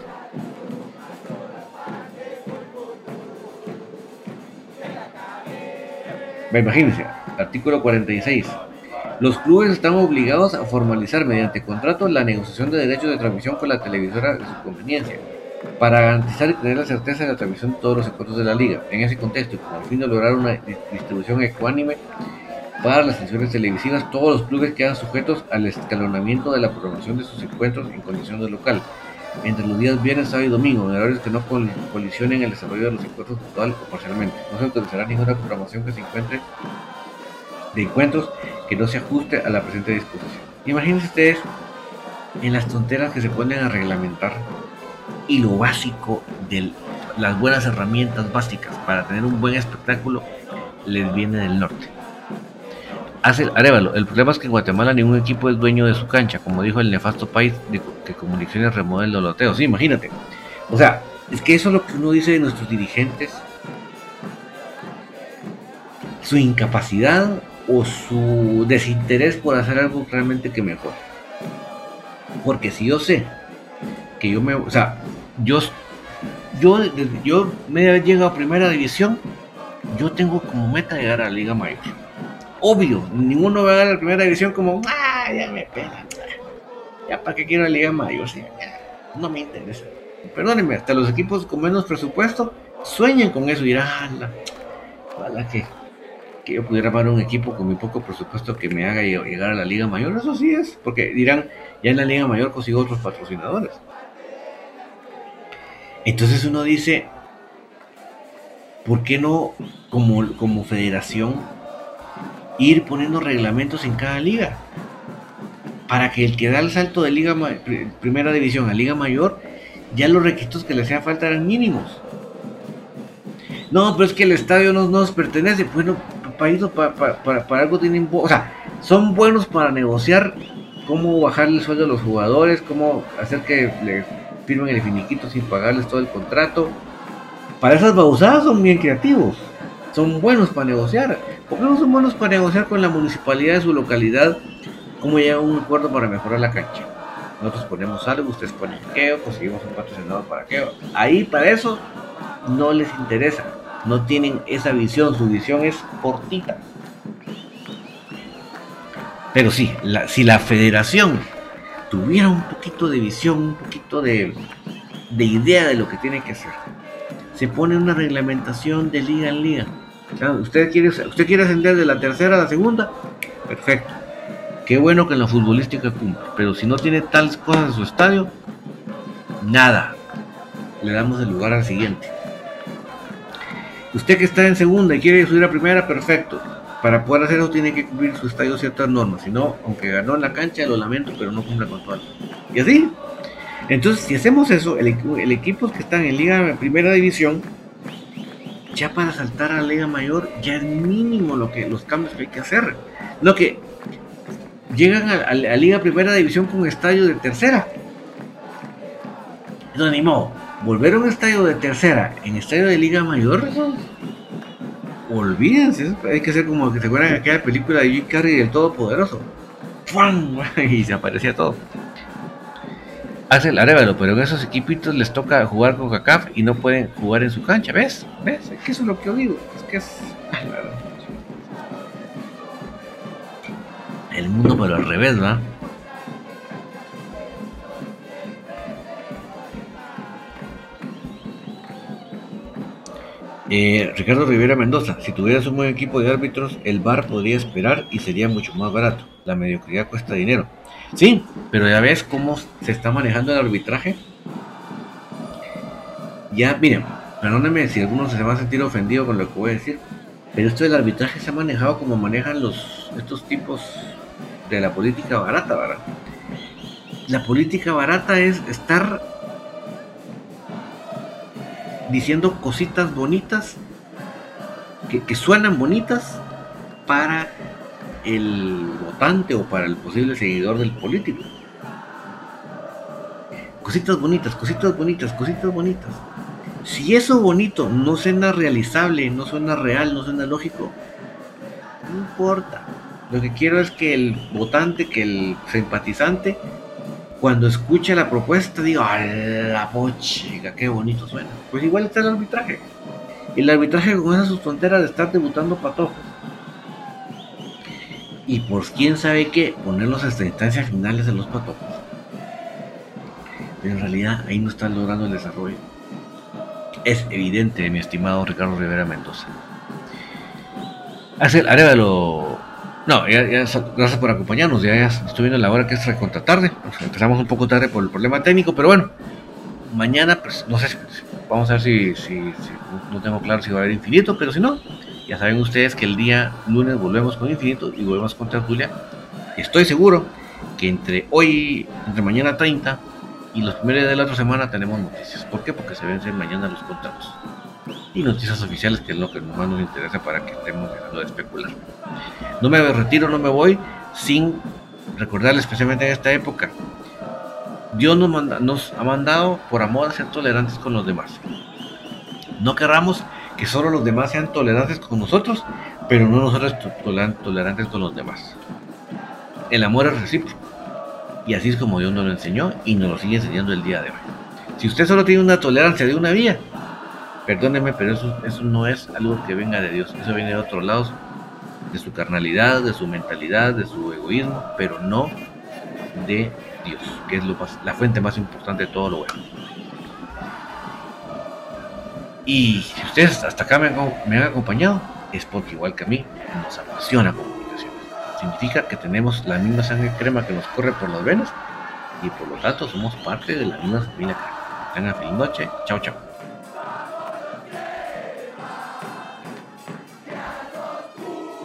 Imagínense, artículo cuarenta y seis. Los clubes están obligados a formalizar mediante contrato la negociación de derechos de transmisión con la televisora de su conveniencia, para garantizar y tener la certeza de la transmisión de todos los encuentros de la liga. En ese contexto, y con el fin de lograr una distribución ecuánime para las emisiones televisivas, todos los clubes quedan sujetos al escalonamiento de la programación de sus encuentros en condición de local, entre los días viernes, sábado y domingo, en horarios que no colisionen el desarrollo de los encuentros total o parcialmente. No se autorizará ninguna programación que se encuentre de encuentros que no se ajuste a la presente disposición. Imagínense ustedes en las tonteras que se ponen a reglamentar y lo básico de las buenas herramientas básicas para tener un buen espectáculo les viene del norte. Hace Arévalo, el problema es que en Guatemala ningún equipo es dueño de su cancha, como dijo el nefasto país de que Comunicaciones remodela el loteo. Sí, imagínate. O sea, es que eso es lo que uno dice de nuestros dirigentes, su incapacidad o su desinterés por hacer algo realmente que mejor. Porque si yo sé que yo me, o sea, yo yo yo me he llegado a primera división, yo tengo como meta llegar a la Liga Mayor. Obvio, ninguno va a llegar a la primera división como, ah, ya me pela, ya para qué quiero la Liga Mayor, sí, ya, no me interesa. Perdónenme, hasta los equipos con menos presupuesto sueñan con eso y dirán, ah, ojalá que que yo pudiera armar un equipo con mi poco presupuesto que me haga llegar a la Liga Mayor. Eso sí es, porque dirán, ya en la Liga Mayor consigo otros patrocinadores. Entonces uno dice, ¿por qué no como, como federación ir poniendo reglamentos en cada liga? Para que el que da el salto de Liga Primera División a Liga Mayor, ya los requisitos que le hacía falta eran mínimos. No, pero es que el estadio no nos pertenece. Bueno, para, para, para, para algo tienen, o sea, son buenos para negociar cómo bajarle el sueldo a los jugadores, cómo hacer que le firmen el finiquito sin pagarles todo el contrato. Para esas babosadas son bien creativos, son buenos para negociar. ¿Por qué no son buenos para negociar con la municipalidad de su localidad cómo llega a un acuerdo para mejorar la cancha? Nosotros ponemos algo, ustedes ponen queo, conseguimos un patrocinador para queo. Ahí para eso no les interesa. No tienen esa visión, su visión es cortita. Pero sí, la, si la federación tuviera un poquito de visión, un poquito de, de idea de lo que tiene que hacer, se pone una reglamentación de liga en liga. O sea, usted quiere, usted quiere ascender de la tercera a la segunda, perfecto. Qué bueno que en la futbolística cumple, pero si no tiene tales cosas en su estadio, nada. Le damos el lugar al siguiente. Usted que está en segunda y quiere subir a primera, perfecto. Para poder hacer eso tiene que cumplir su estadio ciertas normas. Si no, aunque ganó en la cancha, lo lamento, pero no cumple con todo. Y así. Entonces, si hacemos eso, el, el equipos que están en Liga Primera División, ya para saltar a la Liga Mayor, ya es mínimo lo que, los cambios que hay que hacer. Lo que llegan a, a, a Liga Primera División con estadio de tercera. No, ni modo. Volver a un estadio de tercera en estadio de Liga Mayor, eso, olvídense, hay que hacer como que se acuerdan de aquella película de Jim Carrey del Todopoderoso. ¡Fum! Y se aparecía todo. Hace el Arévalo, pero en esos equipitos les toca jugar con CACAF y no pueden jugar en su cancha, ¿ves? ¿Ves? Es que eso es lo que yo digo, es que es el mundo pero al revés, ¿va? Eh, Ricardo Rivera Mendoza, si tuvieras un buen equipo de árbitros, el V A R podría esperar y sería mucho más barato. La mediocridad cuesta dinero. Sí, pero ya ves cómo se está manejando el arbitraje. Ya, miren, perdónenme si alguno se va a sentir ofendido con lo que voy a decir, pero esto del arbitraje se ha manejado como manejan los estos tipos de la política barata, ¿verdad? La política barata es estar diciendo cositas bonitas que, que suenan bonitas para el votante o para el posible seguidor del político. Cositas bonitas, cositas bonitas, cositas bonitas. Si eso bonito no suena realizable, no suena real, no suena lógico, no importa. Lo que quiero es que el votante, que el simpatizante, cuando escuche la propuesta, diga, ¡a la pochiga, qué bonito suena! Pues igual está el arbitraje. El arbitraje con esas sus fronteras de estar debutando patojos. Y por quién sabe qué, ponerlos hasta instancias finales de los patojos. Pero en realidad ahí no están logrando el desarrollo. Es evidente, mi estimado Ricardo Rivera Mendoza. Axel Arevalo. No, ya, ya, gracias por acompañarnos. Ya, ya estoy viendo la hora que es recontra tarde. Pues empezamos un poco tarde por el problema técnico, pero bueno. Mañana, pues, no sé. Vamos a ver si, si, si no tengo claro si va a haber infinito, pero si no, ya saben ustedes que el día lunes volvemos con infinito y volvemos con tertulia. Estoy seguro que entre hoy, entre mañana treinta y los primeros días de la otra semana tenemos noticias. ¿Por qué? Porque se vencen mañana los contratos. Y noticias oficiales, que es lo que más nos interesa para que estemos dejando de especular. No me retiro, no me voy sin recordarles, especialmente en esta época, Dios nos, manda, nos ha mandado por amor a ser tolerantes con los demás. No querramos que solo los demás sean tolerantes con nosotros, pero no nosotros tolerantes con los demás. El amor es recíproco. Y así es como Dios nos lo enseñó y nos lo sigue enseñando el día de hoy. Si usted solo tiene una tolerancia de una vía, perdóneme, pero eso, eso no es algo que venga de Dios. Eso viene de otros lados, de su carnalidad, de su mentalidad, de su egoísmo, pero no de Dios, que es lo más, la fuente más importante de todo lo bueno. Y si ustedes hasta acá me han, me han acompañado, es porque igual que a mí nos apasiona comunicaciones. Significa que tenemos la misma sangre crema que nos corre por las venas y por lo tanto somos parte de la misma familia crema. Tengan feliz noche. Chao, chao.